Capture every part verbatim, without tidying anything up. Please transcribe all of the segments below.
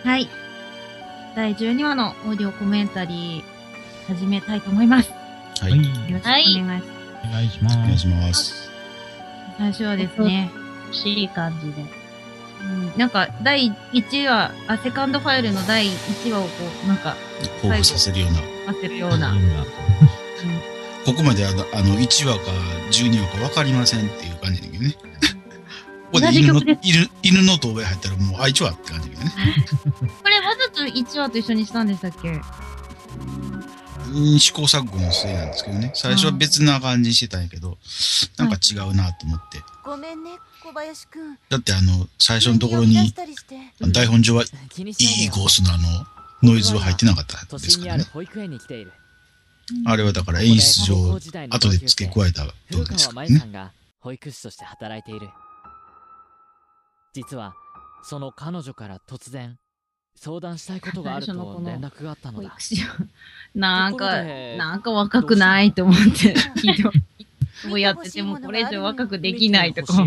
はい。だいじゅうにわのオーディオコメンタリー始めたいと思います。 はい。 よろしくお願いします。 お願いします。 お願いします。 最初はですね、 欲しい感じで。 うん、なんか、だいいちわ、あ、セカンドファイルのだいいちわをこう、なんか、 興奮させるような。 させるような。うん、 ここまであの、あのいちわかじゅうにわか分かりませんっていう感じだけどね。ここで犬の、犬、犬の遠吠え入ったらもう、あ、いちわって感じだけどね。 これわざといちわと一緒にしたんでしたっけ？ 試行錯誤の末なんですけどね。最初は別な感じにしてたんやけど、なんか違うなと思って。 ごめんね、小林くん。 だってあの、最初のところに、台本上は、イーゴースのあの、ノイズは入ってなかったですからね。あれはだから演出上、後で付け加えた部分ですからね。 保育士として働いている。実はその彼女から突然相談したいことがあると連絡があったのだ。 なんかなんか若くないと思ってもうやっててもこれ以上若くできないとか。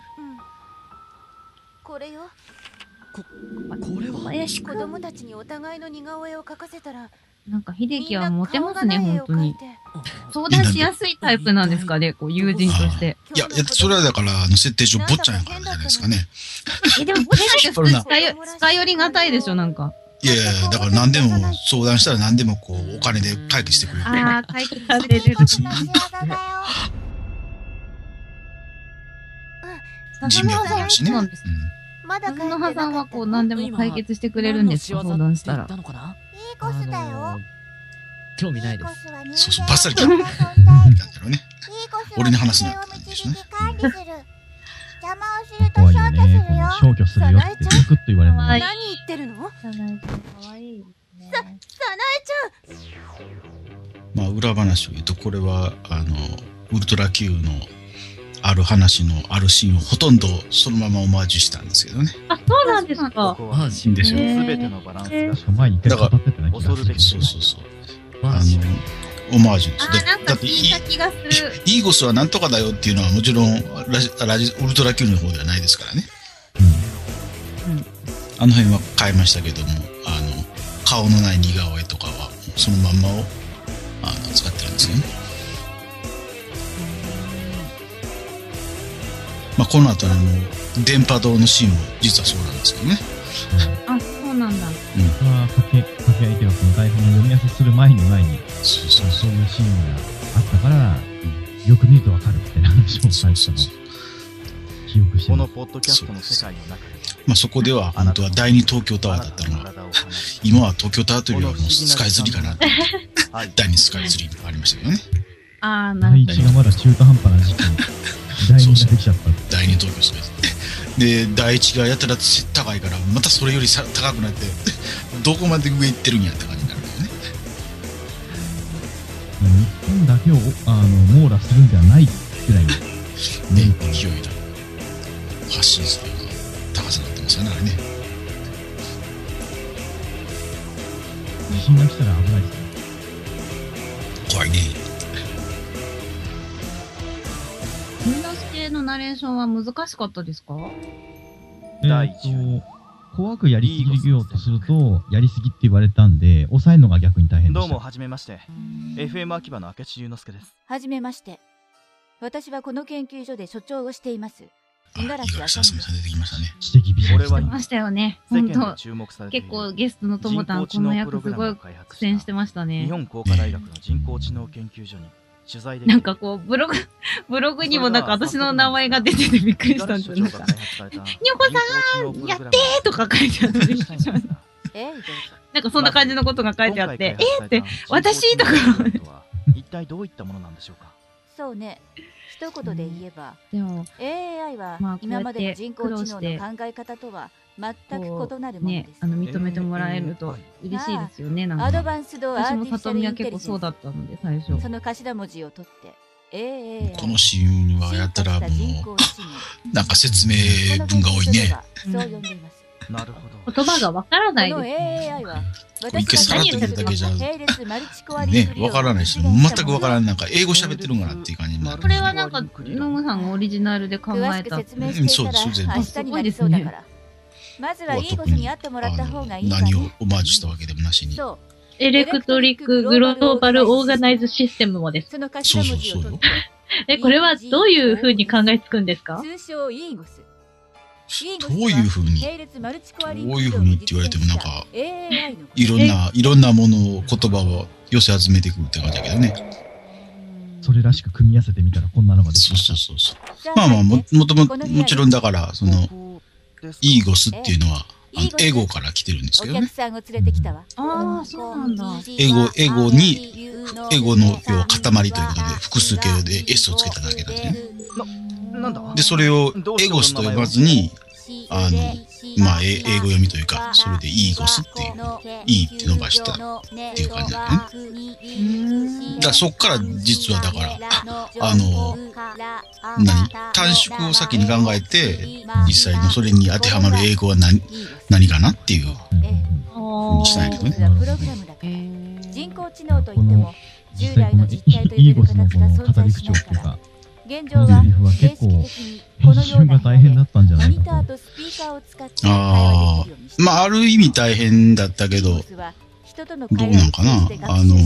これよ。 ここれは子供たちにお互いの似顔絵を描かせたら。 なんか秀樹はモテますね、本当に。相談しやすいタイプなんですかね、こう友人として。 いや、それはだから、あの設定上、坊ちゃんやからじゃないですかね。 え、でも、坊ちゃんって近寄りがたいでしょ、なんか。 いやいや、だから何でも相談したら何でもこう、お金で解決してくれる。 ああ、解決してくれる。 人脈もあるしね。 まだのはさんはこう何でも解決してくれるんですか、相談したら。 いいコスだよ。 興味ないです。 そうそう、バッサリ来た。なんだろうね。俺に話すなって感じですね。 怖いよね、この消去するよってサクッと言われるの。 何言ってるの？ サナエちゃん可愛いですね。 さ、サナエちゃん。まあ裏話を言うと、これはあのウルトラ Q のある話のあるシーンをほとんどそのままオマージュしたんですけどね。 あ、そうなんですか。 オマージュですよ。 すべてのバランスが前に一回語ってたね。 恐るべき。そうそうそう。あのオマージュです。 だってイーゴスはなんとかだよっていうのはもちろんラジラジウルトラ Q の方ではないですからね。うん。あの辺は変えましたけども、あの顔のない似顔絵とかはそのまんまをあの使ってるんですよね。まあこの後の電波塔のシーンも実はそうなんですけどね。 あ、そうなんだ。うん。 それは掛け掛け合いというかこの台本の読み合わせする前に前にそうそうそういうシーンがあったから、うん、よく見るとわかるみたいな話を最初の記憶してこのポッドキャストの世界の中で、 まあそこでは本当は第二東京タワーだったのが今は東京タワーというよりはもうスカイツリーかなって第二スカイツリーがありましたけどね。 ああ、なるほど。 第一がまだ中途半端な時期に第二ができちゃった。 第二東京スカイツリーで第一がやたら高いからまたそれよりさ高くなってどこまで上行ってるんやって感じになるんだよね。 日本だけをあの網羅するんではないぐらいの、 ね、勢いだ発信するような高さになってますよね、あれね。 地震が来たら危ないですね。 怖いね。 のナレーションは難しかったですか？ えー、と怖くやりすぎようとするとやりすぎって言われたんで抑えるのが逆に大変でした。 どうもはじめまして エフエム 秋葉の明智龍之介です。 はじめまして。私はこの研究所で所長をしています五十嵐あさみさん出てきましたね。 知的美人してましたよね。本当結構ゲストのともたんこの役すごい苦戦してましたね。 日本工科大学の人工知能研究所に取材でなんかこうブログブログにもなんか私の名前が出ててびっくりしたんですよ。なんか「にょこさんやって!」とか書いてあってびっくりしました。なんかそんな感じのことが書いてあって「えっ!」って「私!」とか。 一体どういったものなんでしょうか。 そうね、一言で言えば、 でもエーアイ は今までの人工知能の考え方とは全く異なるものです。 あの認めてもらえると嬉しいですよね。なんかアドバンスドアーティフィシャルインテリジェンス。私も里見は結構そうだったので最初。その頭文字を取って エーアイ。 このシーンはやったらもうなんか説明文が多いね。 そう呼んでいます。 なるほど。 言葉がわからないですね。 エーアイ は一回さらっと見るだけじゃね、わからないし、全くわからん、なんか英語喋ってるんかなっていう感じになる。 これはなんかノムさんがオリジナルで考えた。 うん、そうです、全部。 すごいですね。 まずはイーゴスに会ってもらった方がいいわね。 何をオマージュしたわけでもなしに。 そう。 エレクトリックグローバルオーガナイズシステムもです。 その頭文字を取って。 え、これはどういう風に考えつくんですか？ 通称イーゴス。 どういう風に、どういう風にって言われてもなんか、いろんな、いろんなものを、言葉を寄せ集めてくるって感じだけどね。 それらしく組み合わせてみたらこんなのができる。そうそうそう。まあまあ、も、もとも、もちろんだから、その、イーゴスっていうのは、あのエゴから来てるんですけどね。 ああ、そうなんだ。 エゴ、エゴに、エゴの要は塊ということで、複数形で S をつけただけなんですね。 なんだ？ で、それをエゴスと呼ばずに、あの、まあ、英語読みというか、それでイーゴスっていう、イーって伸ばしたっていう感じだよね。だからそっから実はだから、あの、何短縮を先に考えて、実際のそれに当てはまる英語は何、何かなっていうふうにしたんやけどね。 人工知能といっても、 従来の実体と呼べる形が存在しますから。現状は結構編集が大変だったんじゃないかと。 ああ、まあある意味大変だったけど、どうなんかな、あの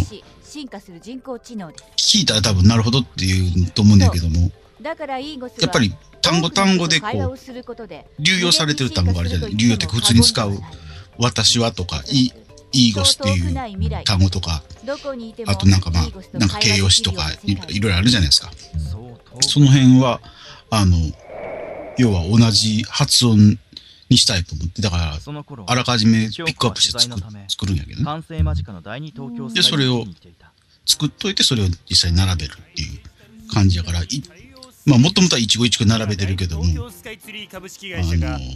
聞いたら多分なるほどっていうと思うんだけども、やっぱり単語単語でこう流用されてる単語があるじゃない。流用って普通に使う私はとかイイーゴスっていう単語とか、あとなんかまあなんか形容詞とかいろいろあるじゃないですか。その辺は、あの、要は同じ発音にしたいと思って、だから、あらかじめピックアップして作作るんやけどね。で、それを作っといて、それを実際に並べるっていう感じやから、いまあ、もともとは一語一句並べてるけども、あの、なんある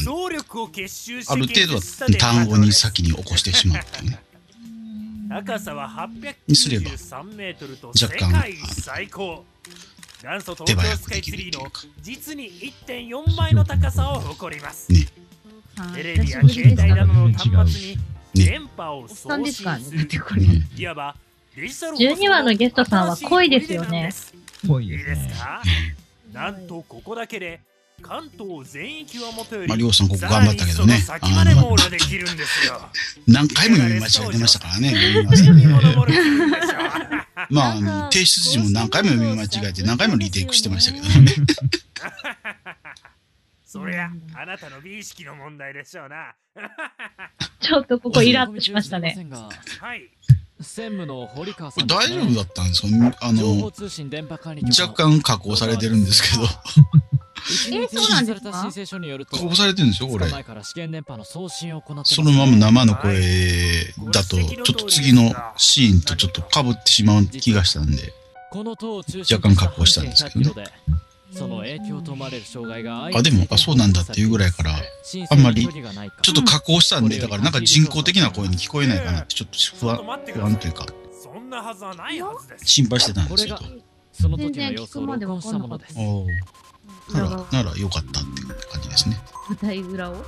程度は単語に先に起こしてしまうっていうね。 高さははっぴゃくにすれば、若干、 元祖東京スカイツリーの実に いってんよん 倍の高さを誇ります。 ね、 テレビや携帯などの端末に電波を送信。いわばデジタルじゅうにわのゲストさんは濃いですよね。 濃いですね。 なんとここだけで関東全域はもとより、 まあ、りょうさんここ頑張ったけどね、あの何回も読み間違えてましたからね。まあ、あの提出時も何回も読み間違えて何回もリテイクしてましたけどね。 そりゃあなたの美意識の問題でしょうな。 ちょっとここイラッとしましたね。 はい。 専務の堀川さん、 大丈夫だったんですか？あの若干加工されてるんですけど。 え、そうなんですか？ 加工されてるんですよこれ。そのまま生の声だとちょっと次のシーンとちょっと被ってしまう気がしたんで若干加工したんですけどね。 その影響と思われる障害があ、でも、あ、そうなんだっていうぐらいから、あんまり、ちょっと加工したんで、だからなんか人工的な声に聞こえないかなって、ちょっと不安、不安というか、心配してたんですけど。 その時の様子を録音したものです。 おなら、なら良かったっていう感じですね。 舞台裏をうん。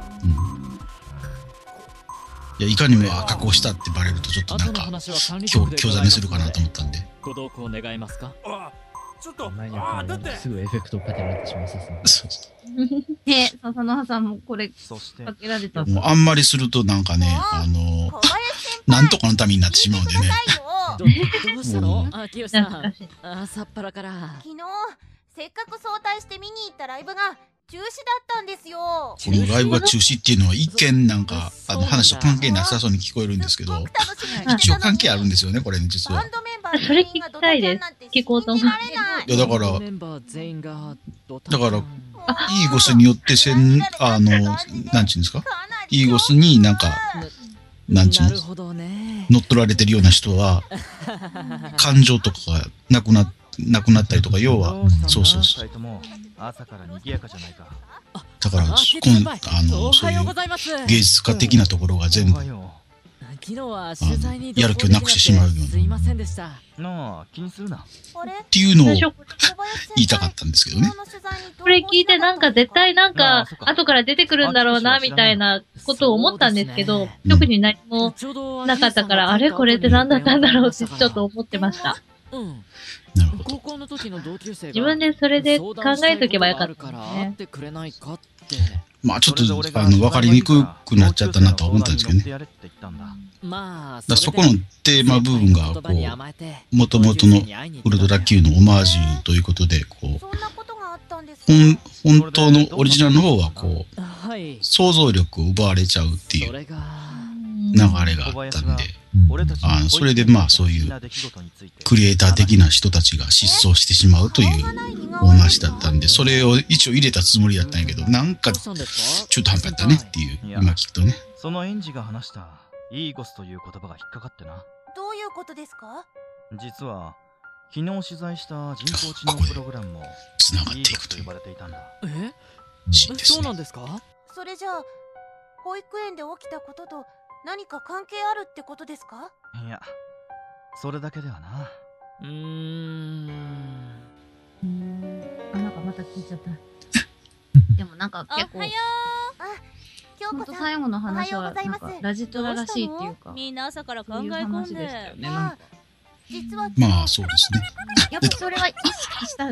いや、いかにも加工したってバレるとちょっとなんか、興ざめするかなと思ったんで。 ご同行願いますか？ ちょっと、 あだってすぐエフェクトをかけられてしまいそうですね。笹野さんもこれかけられた。 もうあんまりするとなんかね、あのなんとかのためになってしまうんでね。 どうしたの？あ、清さん。あ、さっぱらから。 昨日せっかく早退して見に行ったライブが中止だったんですよ。このライブが中止っていうのは一見なんかあの話と関係なさそうに聞こえるんですけど、一応関係あるんですよねこれ実は。 それ聞きたいです。聞こうと思って。 いやだからだからイーゴスによってせんあのなんちゅうんですか、イーゴスになんかなんちゅうの乗っ取られてるような人は感情とかがなくなってなくなったりとか、要はそうそうそう。 朝から賑やかじゃないか。 だからこんあのそういう芸術家的なところが全部あのやる気をなくしてしまうようなっていうのを言いたかったんですけどね。 これ聞いてなんか絶対なんか後から出てくるんだろうなみたいなことを思ったんですけど、特に何もなかったから、あれこれって何だったんだろうってちょっと思ってました。 なるほど。 高校の時の同級生が自分でそれで考えとけばよかったね。 まあちょっとあの分かりにくくなっちゃったなとは思ったんですけどね。 まあだそこのテーマ部分がこう元々のウルトラ Q のオマージュということでこう本本当のオリジナルの方はこう想像力を奪われちゃうっていう流れがあったんで、あのそれでまあそういうクリエイター的な人たちが失踪してしまうというお話だったんで、それを一応入れたつもりだったんやけど、なんか中途半端やったねっていう今聞くとね。 その園児が話したイーゴスという言葉が引っかかってな。 どういうことですか？ 実は昨日取材した人工知能プログラムもつながっていくと呼ばれていたんだ。 え？ そうなんですか？ それじゃあ保育園で起きたことと何か関係あるってことですか？ いや、それだけではな。 うーん。 うーん。あ、なんかまた聞いちゃった。でもなんか結構。 おはよう。あ、京子さん。 最後の話はなんかラジトラらしいっていうか。 みんな朝から考え込んで。 話でしたよね。なんか実はまあそうですね。 やっぱそれは意識した。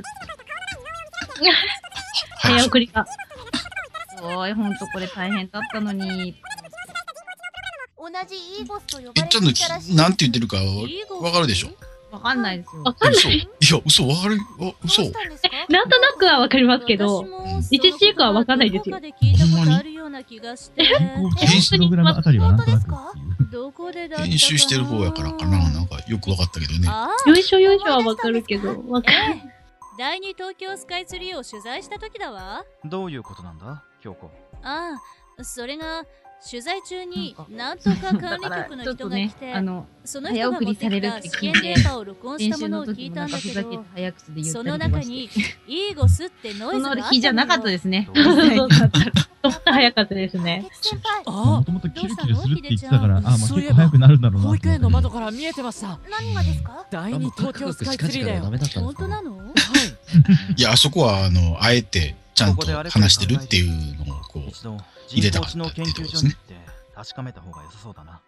早送りが。すごい、ほんとこれ大変だったのに。 同じイーゴスと呼ばえ、 れちゃんとていたらしい。 なんて言ってるかわかるでしょ？ わかんないですよ。 わかんない。 嘘。いや、嘘、わかる、あ、嘘。 なんとなくはわかりますけど、いちじかんはわかんないですよ。 ほんまに編集プログラムあたりはなんとなくっていう。 編集してる方やからかな。なんかよくわかったけどね。 よいしょよいしょはわかるけど、わかんない。 第二東京スカイツリーを取材した時だわ。 どういうことなんだ、京子？ ああ、それが取材中になんとか管理局の人が来て、 あのその人が持ってきた試験データを録音したものを聞いたんだけど、その中にイーゴスってノイズがあったのよ。 その日じゃなかったですね。 そうだった。とって早かったですね。 もともとキルキルするって言ってたから、あ、まあ結構早くなるんだろうな。 保育園の窓から見えてました。 何がですか？ 第二東京スカイツリーだよ。 本当なの？はい。 いや、あそこはあのあえてちゃんと話してるっていうのをこう入れたかったっていうところですね。 確かめた方が良さそうだな。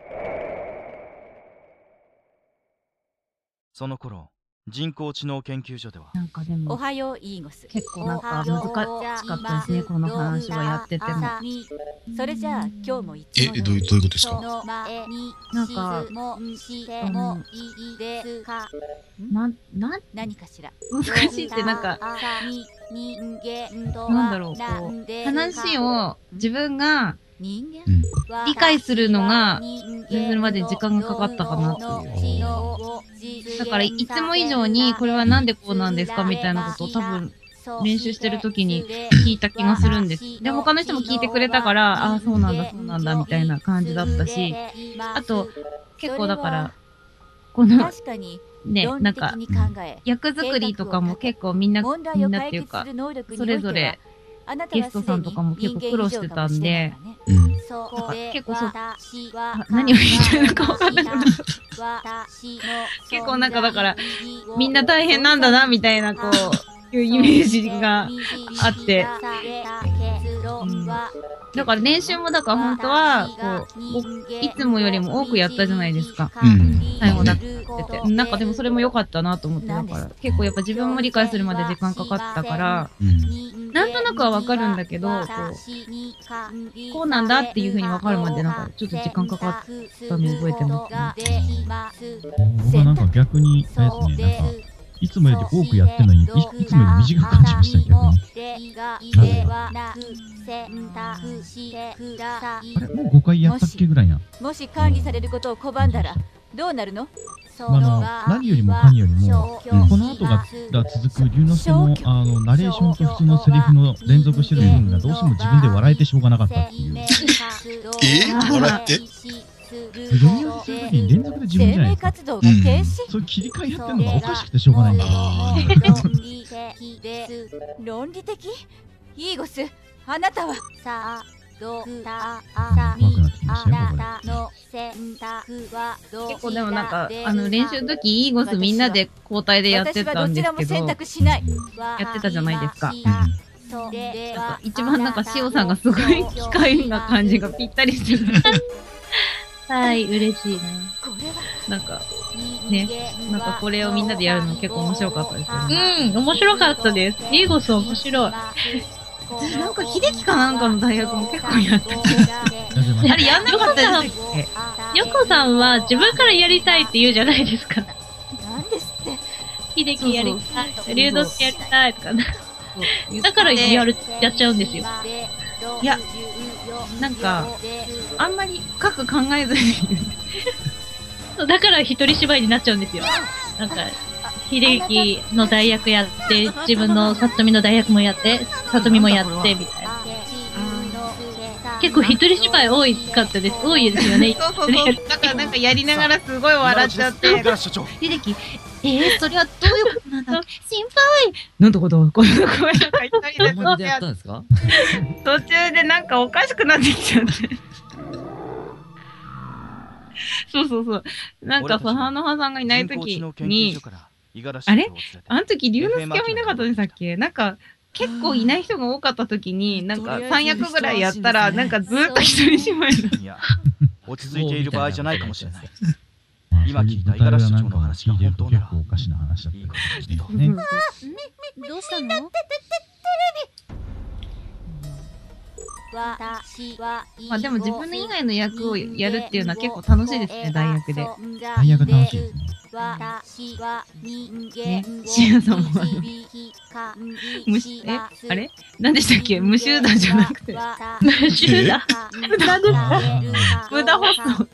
その頃、人工知能研究所ではなんかでもおはようイーゴス。 結構なんか難しかったですね、この話はやってても。 それじゃあ今日もいつもえ、どういうどういうことですか？ なんか、なんなん何かしら難しいってなんかなんだろう、こう話を自分が理解するのがするまで時間がかかったかなっていう。だからいつも以上にこれはなんでこうなんですかみたいなことを多分練習してる時に聞いた気がするんです。で、他の人も聞いてくれたから、ああ、そうなんだ、そうなんだみたいな感じだったし、あと結構だからこのね、なんか役作りとかも結構みんなみんなっていうかそれぞれゲストさんとかも結構苦労してたんで、うん、なんか結構そう、何を言いたいのか分かんなくなった。結構なんかだから、みんな大変なんだな、みたいな、こう、いうイメージがあって。うん、だから練習もだから本当は、こう、いつもよりも多くやったじゃないですか。うん、最後だってて。なんかでもそれも良かったなと思って、だから、結構やっぱ自分も理解するまで時間かかったから、うんなんとなくはわかるんだけど、こう、こうなんだっていう風にわかるまでなんかちょっと時間かかったのを覚えてますね。 僕はなんか逆に、あれですね、なんか、いつもより多くやってるのに、い, いつもより短く感じました、逆に。あれもうごかいやったっけぐらいな。 もし管理されることを拒んだら、どうなるの？ あの何よりも何よりも、うん、この後がが続く龍之介のあのナレーションと普通のセリフの連続してる部分がどうしても自分で笑えてしょうがなかったっていう。 えー、笑って読み合わせするときに連続で自分じゃないですか。うん、そういう切り替えやってるのがおかしくてしょうがないんだよ。 論理的？イーゴス、あなたはさあ怖くなってきましたよ、これ。結構でもなんか、あの練習の時、イーゴスみんなで交代でやってたんですけど、やってたじゃないですか。うん、一番なんか、しおさんがすごい機械な感じがぴったりしてる。 はい、嬉しいな。なんか、ね、なんかこれをみんなでやるの結構面白かったですよね。 うん、面白かったです。イーゴス面白い。 私なんか秀樹かなんかの大学も結構やった。あれやんなかったですっけ？ヨコさんは自分からやりたいって言うじゃないですか。 なんですって。 秀樹やりたい、竜之介やりたいとか。だからやる、やっちゃうんですよ。 いや、なんか、あんまり深く考えずにそう。だから一人芝居になっちゃうんですよ。なんか、秀樹の代役やって、自分の里見の代役もやって、里見もやって、みたいな。結構一人芝居多いかったです。多いですよね。 そうそうそう。だからなんかやりながらすごい笑っちゃって。秀樹、えー、それはどういうことなんだ心配なんとかだ、こんな声が言ったりでそうやったんですか？ 途中でなんかおかしくなってきちゃって。そうそうそう。なんか、母の母さんがいないときに、あれあの時、龍之介もいなかったでしたっけ？なんか、結構いない人が多かったときに、なんかさん役ぐらいやったら、なんかずっと一人芝居いや、落ち着いている場合じゃないかもしれない。今聞いた五十嵐社長の話が本当ならおかしな話だったけどね。どうしたの？ まあでも自分の以外の役をやるっていうのは結構楽しいですね、大役で。 大役楽しいですね。 ね、シアさんもあの、むし、え、あれ何でしたっけ？無臭だじゃなくて。 無臭だ。 無駄ですか？無駄放送。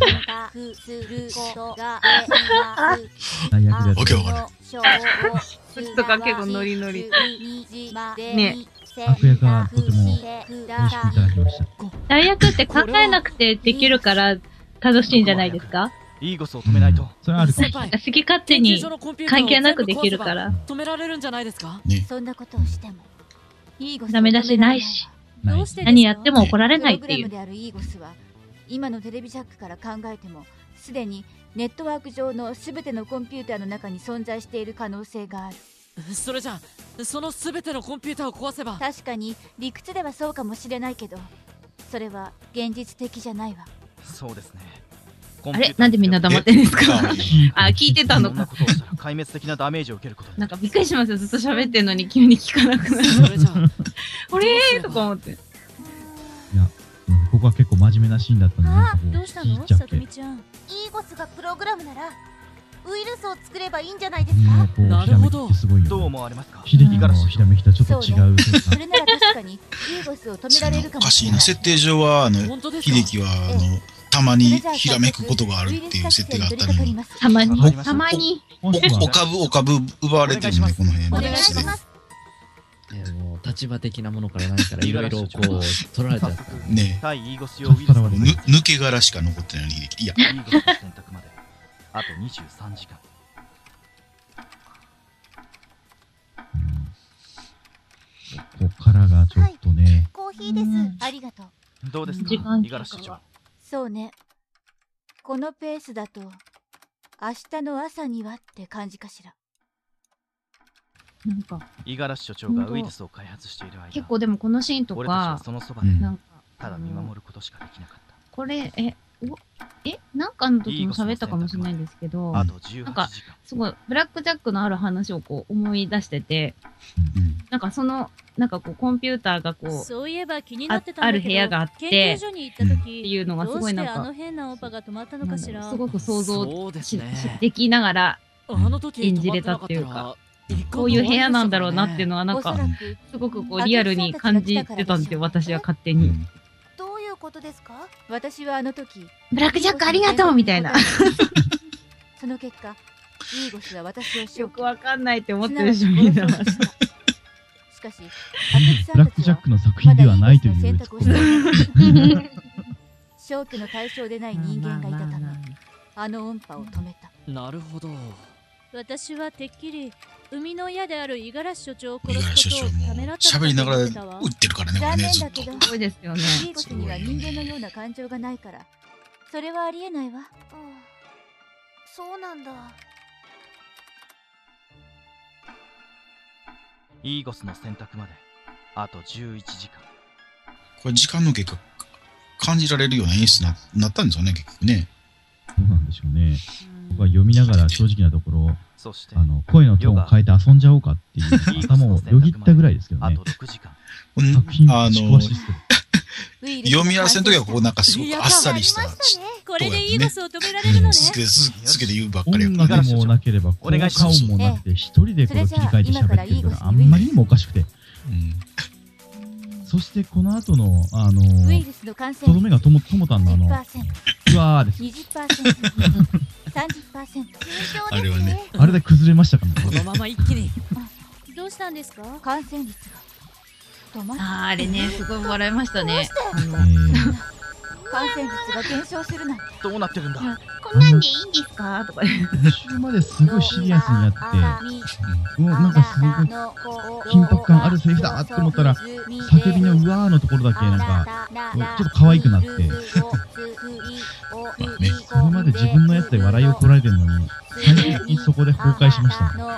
大役で。 わけわからん。 とか結構ノリノリ。ね。 悪役はとても美味しくいただきました。 大役って考えなくてできるから楽しいんじゃないですか？ イーゴスを止めないと。 それはあるかもしれない。 好き勝手に関係なくできるから。 止められるんじゃないですか？ そんなことをしても、イーゴスダメ出しないし、何やっても怒られないっていう。 今のテレビジャックから考えても、すでにネットワーク上のすべてのコンピューターの中に存在している可能性がある。 それじゃあ、そのすべてのコンピューターを壊せば。 確かに理屈ではそうかもしれないけど、それは現実的じゃないわ。 そうですね。 あれなんでみんな黙ってんですか？あ、聞いてたのか。 壊滅的なダメージを受けること。 なんかびっくりしますよ。ずっと喋ってんのに急に聞かなくなる。それじゃあ、あれーとか思って。 いや、ここは結構真面目なシーンだったんで、なんかこうどうしたの？さとみちゃん。イーゴスがプログラムならウイルスを作ればいいんじゃないですか？ なるほど。 どう思われますか？ 秀樹のひらめきとちょっと違う。 それなら確かにイーゴスを止められるかもしれない。 おかしいな。設定上はあの秀樹はあのたまにひらめくことがあるっていう設定があったのに、 たまにたまにお株お株奪われてるねこの辺。 お願いします。 もう立場的なものから何からいろいろこう取られちゃった。 ね。 対イーゴス用ウイルスの抜け殻しか残ってない秀樹。いや。 イーゴスの選択まであとにじゅうさんじかん。 ここからがちょっとね。 コーヒーです。ありがとう。 どうですか、五十嵐社長。 そうね。このペースだと明日の朝にはって感じかしら。 なんか五十嵐所長がウイルスを開発している間、 結構でもこのシーンとか、 俺たちはそのそばでなんかただ見守ることしかできなかった。 これえおえなんかの時も喋ったかもしれないんですけど、なんかすごいブラックジャックのある話をこう思い出してて、なんかそのなんかこうコンピューターがこうそういえば気になってたある部屋があってっていうのがすごいなんかあの変なオパが止まったのかしら。 すごく想像できながら演じれたっていうか。こういう部屋なんだろうなっていうのはなんかすごくこうリアルに感じてたんですよ、私は勝手に。 どういうことですか？私はあの時ブラックジャックありがとうみたいな。 その結果イーゴスは私をよくわかんないって思ってるでしょみんな。 しかしブラックジャックの作品ではないという選択をして消去の対象でない人間がいたためあの音波を止めた。 なるほど。 私はてっきり生みの親である五十嵐所長を殺すことをためらった喋りながら打ってるからね、これね、ずっと。 すごいですよね。イーゴスには人間のような感情がないから、それはありえないわ。そうなんだ。 イーゴスの選択まであとじゅういちじかん。 これ時間の結果感じられるような演出ななったんですよね、結局ね。 そうなんでしょうね。 は読みながら正直なところ、あの声のトーンを変えて遊んじゃおうかっていう頭をよぎったぐらいですけどね。作品あの詳しいっすけど。 読み合わせの時はこうなんかすごくあっさりしたこれでイーゴスを止められるのね。 つけつけて言うばっかりやからね。音楽もなければ効果音もなくて一人でこれ切り替えて喋ってるからあんまりにもおかしくて。そしてこの後のあのとどめがともともたんのあのうわーです。 にじゅっパーセント、さんじゅっパーセント。 あれはね。 あれで崩れましたからね。 このまま一気に。どうしたんですか？ 感染率が。 ああれね、すごい笑いましたね。あの感染率が減少するなんて。 どうなってるんだ。 こんなんでいいんですかとか。 途中まですごいシリアスになって、もうなんかすごい緊迫感あるセリフだって思ったら、叫びのうわーのところだけなんかちょっと可愛くなって、それまで自分のやつで笑いをこられてるのに、最終的にそこで崩壊しましたね。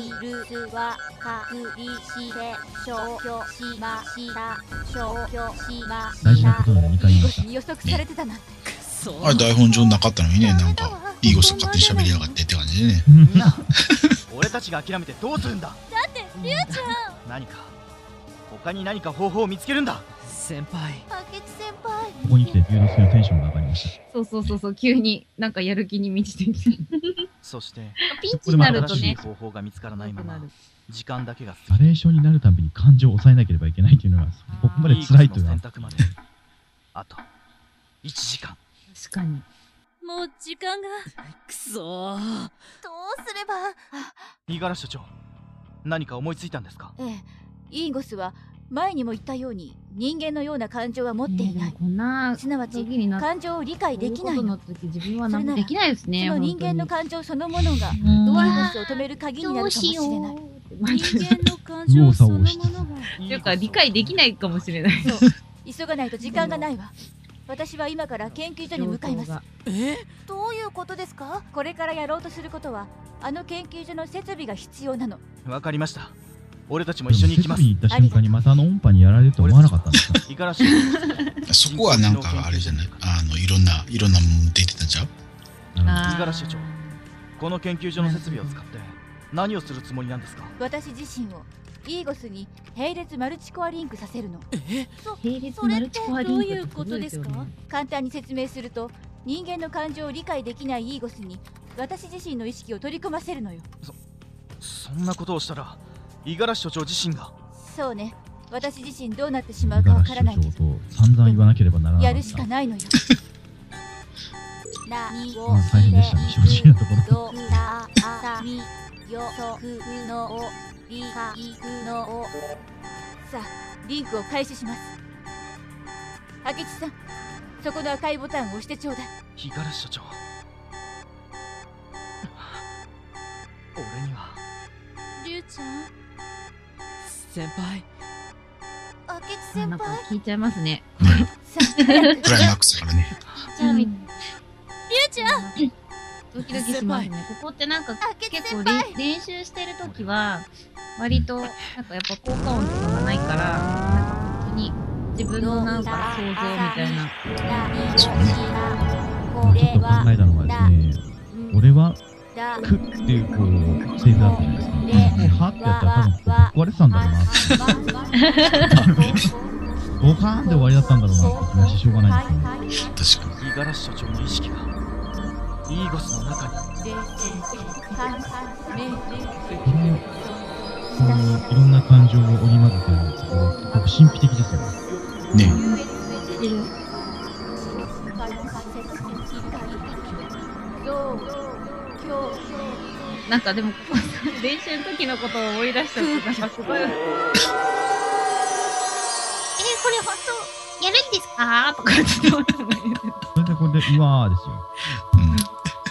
大事なことなのにかい言いました。 予測されてたなんて。 あれ台本上なかったのにね、なんかイーゴス勝手に喋りやがってって感じでね。 俺たちが諦めてどうするんだ。 だってリュウちゃん。 何か他に何か方法を見つけるんだ。 先輩。 明智先輩。 ここに来て龍之介のテンションが上がりました。 そうそうそうそう、急になんかやる気に満ちてきて。 そしてピンチになるとね、 方法が見つからないまま時間だけがナレーションになるたびに感情を抑えなければいけないというのがここまで辛いというのは。 あといちじかん。 確かに。 もう時間が。 くそー。 どうすれば。 五十嵐所長、何か思いついたんですか？ ええ、イーゴスは前にも言ったように人間のような感情は持っていない。すなわち感情を理解できないの。 自分は何もできないですね。 その人間の感情そのものがイーゴスを止める鍵になるかもしれない。 人間の感情そのものが。 というか理解できないかもしれない。 そう、急がないと時間がないわ。私は今から研究所に向かいます。 え？どういうことですか？ これからやろうとすることはあの研究所の設備が必要なの。 わかりました。俺たちも一緒に行きます。 設備に行った瞬間にまたあの音波にやられると思わなかったんですか？ 五十嵐そこはなんかあれじゃない、あのいろんないろんなもの出てたんちゃう？ 五十嵐所長、この研究所の設備を使って何をするつもりなんですか？ 私自身をイーゴスに並列マルチコアリンクさせるの。 え？ 並列マルチコアリンクどういうことですか？ 簡単に説明すると、人間の感情を理解できないイーゴスに私自身の意識を取り込ませるのよ。 そそんなことをしたら五十嵐所長自身が。 そうね、私自身どうなってしまうかわからないけど、 散々言わなければならない。 やるしかないのよ。 まあ大変でしたね、正直なところ。 さあ、リンクを開始します。明智さん、そこの赤いボタンを押してちょうだい。 五十嵐所長、俺には。 リュウちゃん、 先輩。 明智先なんか輩。 聞いちゃいますね。 クライマックスだからね。 リュウちゃん。 ドキドキしますね。ここってなんか結構れ練習してるときは割となんかやっぱ効果音とかがないから、なんか本当に自分のなんか想像みたいな。 そうね。 ちょっと考えたのがですね、俺はクッっていうこうセリフだったじゃないですか。もうはってやったら多分ここ壊れてたんだろうなって。ドカーンで終わりだったんだろうなって気がしてしょうがないですね。 確かに。 五十嵐所長の意識がイーゴスの中に。 これこのいろんな感情を織り交ぜてるところって神秘的ですよね。 ねなんかでも練習の時のことを思い出したってなんかすごい。えー、これ本当やるんですかとかちょっと思ったんだけど。 それでこれでうわーですよ。 うん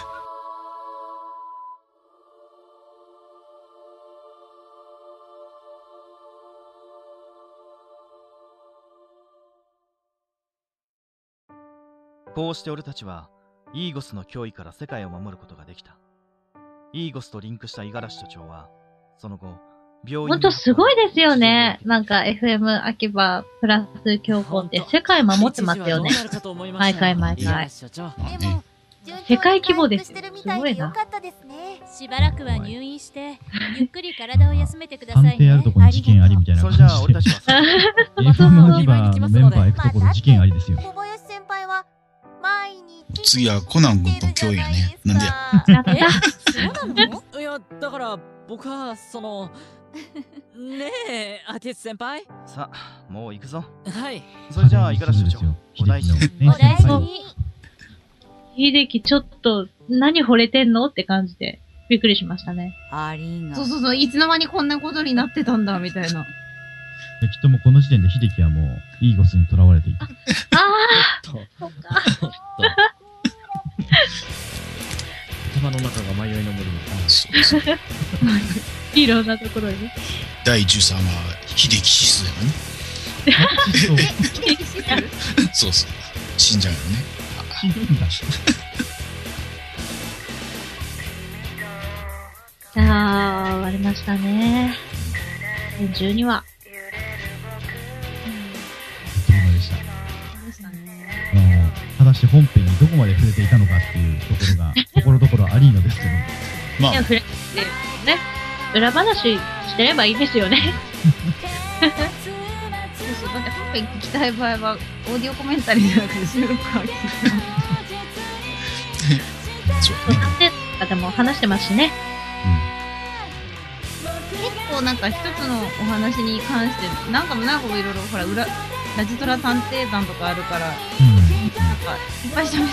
こうして俺たちはイーゴスの脅威から世界を守ることができた。イーゴスとリンクした五十嵐所長はその後病院。 ほんとすごいですよね。なんか エフエム 秋葉プラス強行って世界守ってますよね。毎回毎回。 でも世界規模ですよ。すごいな。 しばらくは入院してゆっくり体を休めてくださいね。 探偵あるとこに事件ありみたいな感じで。 それじゃあ俺たちはさエフエム のリバーのメンバー行くところ事件ありですよ。 小林先輩は毎日次はコナン君と教員やね。なんでや。 え、そうなの？ いや、だから僕はそのねえ、アティス先輩。 さあ、もう行くぞ。 はい。 それじゃあ、五十嵐所長、お大事に。 お大事に。 秀樹ちょっと何惚れてんのって感じでびっくりしましたね。 ありがそうそうそう、いつの間にこんなことになってたんだみたいな。 きっともうこの時点で秀樹はもうイーゴスに囚われていた。 ああそっか。 頭の中が迷いの森に。 そうそういろんなところにね。 だいじゅうさんわは秀樹シスだよね。 秀樹シスそうそう。死んじゃうよね。 死んだ。 さあ、終わりましたね。だいじゅうにわ。 そうでした。 でしたね。 あの、果たして本編にどこまで触れていたのかっていうところが、ところどころありのですけど。 まあ、 いや、触れてね。裏話してればいいですよね。 そうそう、だって本編聞きたい場合は、オーディオコメンタリーじゃなくて収録は聞いてそう探偵とかでも話してますしね。 結構なんか一つのお話に関して、何回も何回もいろいろ、ほら、裏、ラジトラ探偵団とかあるから、 うんなんか、いっぱい喋って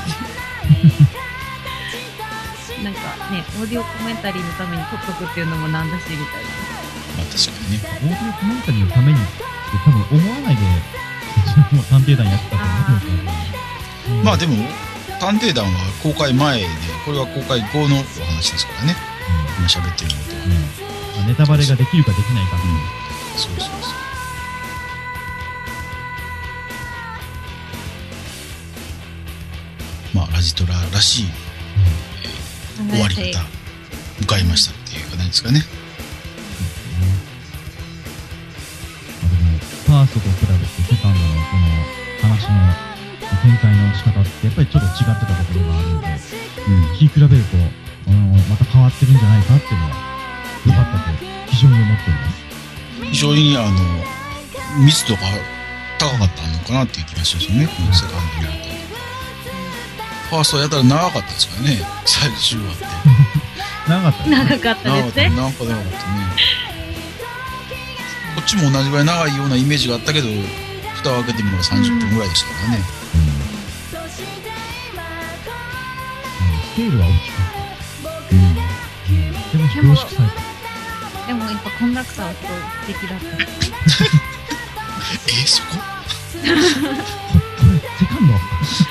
なんかね、オーディオコメンタリーのために撮っとくっていうのもなんだし、みたいな。 まあ確かにね。 オーディオコメンタリーのためにって多分思わないで、もう探偵団やってたと思うんですけど。 まあでも、探偵団は公開前で、これは公開後のお話ですからね。今喋ってるのと。 うん、ネタバレができるかできないかっていう。 そうそうそう。まあ、ラジトラらしい、えー、終わり方、迎えましたっていう形ですかね。 ファーストと比べてセカンドのこの話の展開の仕方ってやっぱりちょっと違ってたところがあるので、うん、聞き比べると、あのまた変わってるんじゃないかっていうのは良かったと非常に思っております。 非常にあの密度が高かったのかなっていう気がしますよね、このセカンドになると。ファーストはやたら長かったですからね、最終話って。 長かったですね。 長かったですね。 なんか長かったね。こっちも同じぐらい長いようなイメージがあったけど、蓋を開けてみればさんじゅっぷんぐらいでしたからね。 うんうん、スケールは大きかった。うん。うん、でも凝縮された。 でもやっぱコンダクターはすごい素敵だった。 え、そここれ、セカンド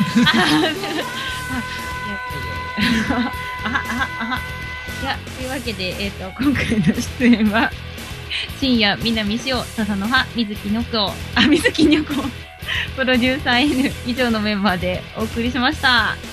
あはあは。いや、というわけで、えっと、今回の出演は、深夜、南塩、笹の葉、水木の子、あ、水木の子、プロデューサー N 以上のメンバーでお送りしました。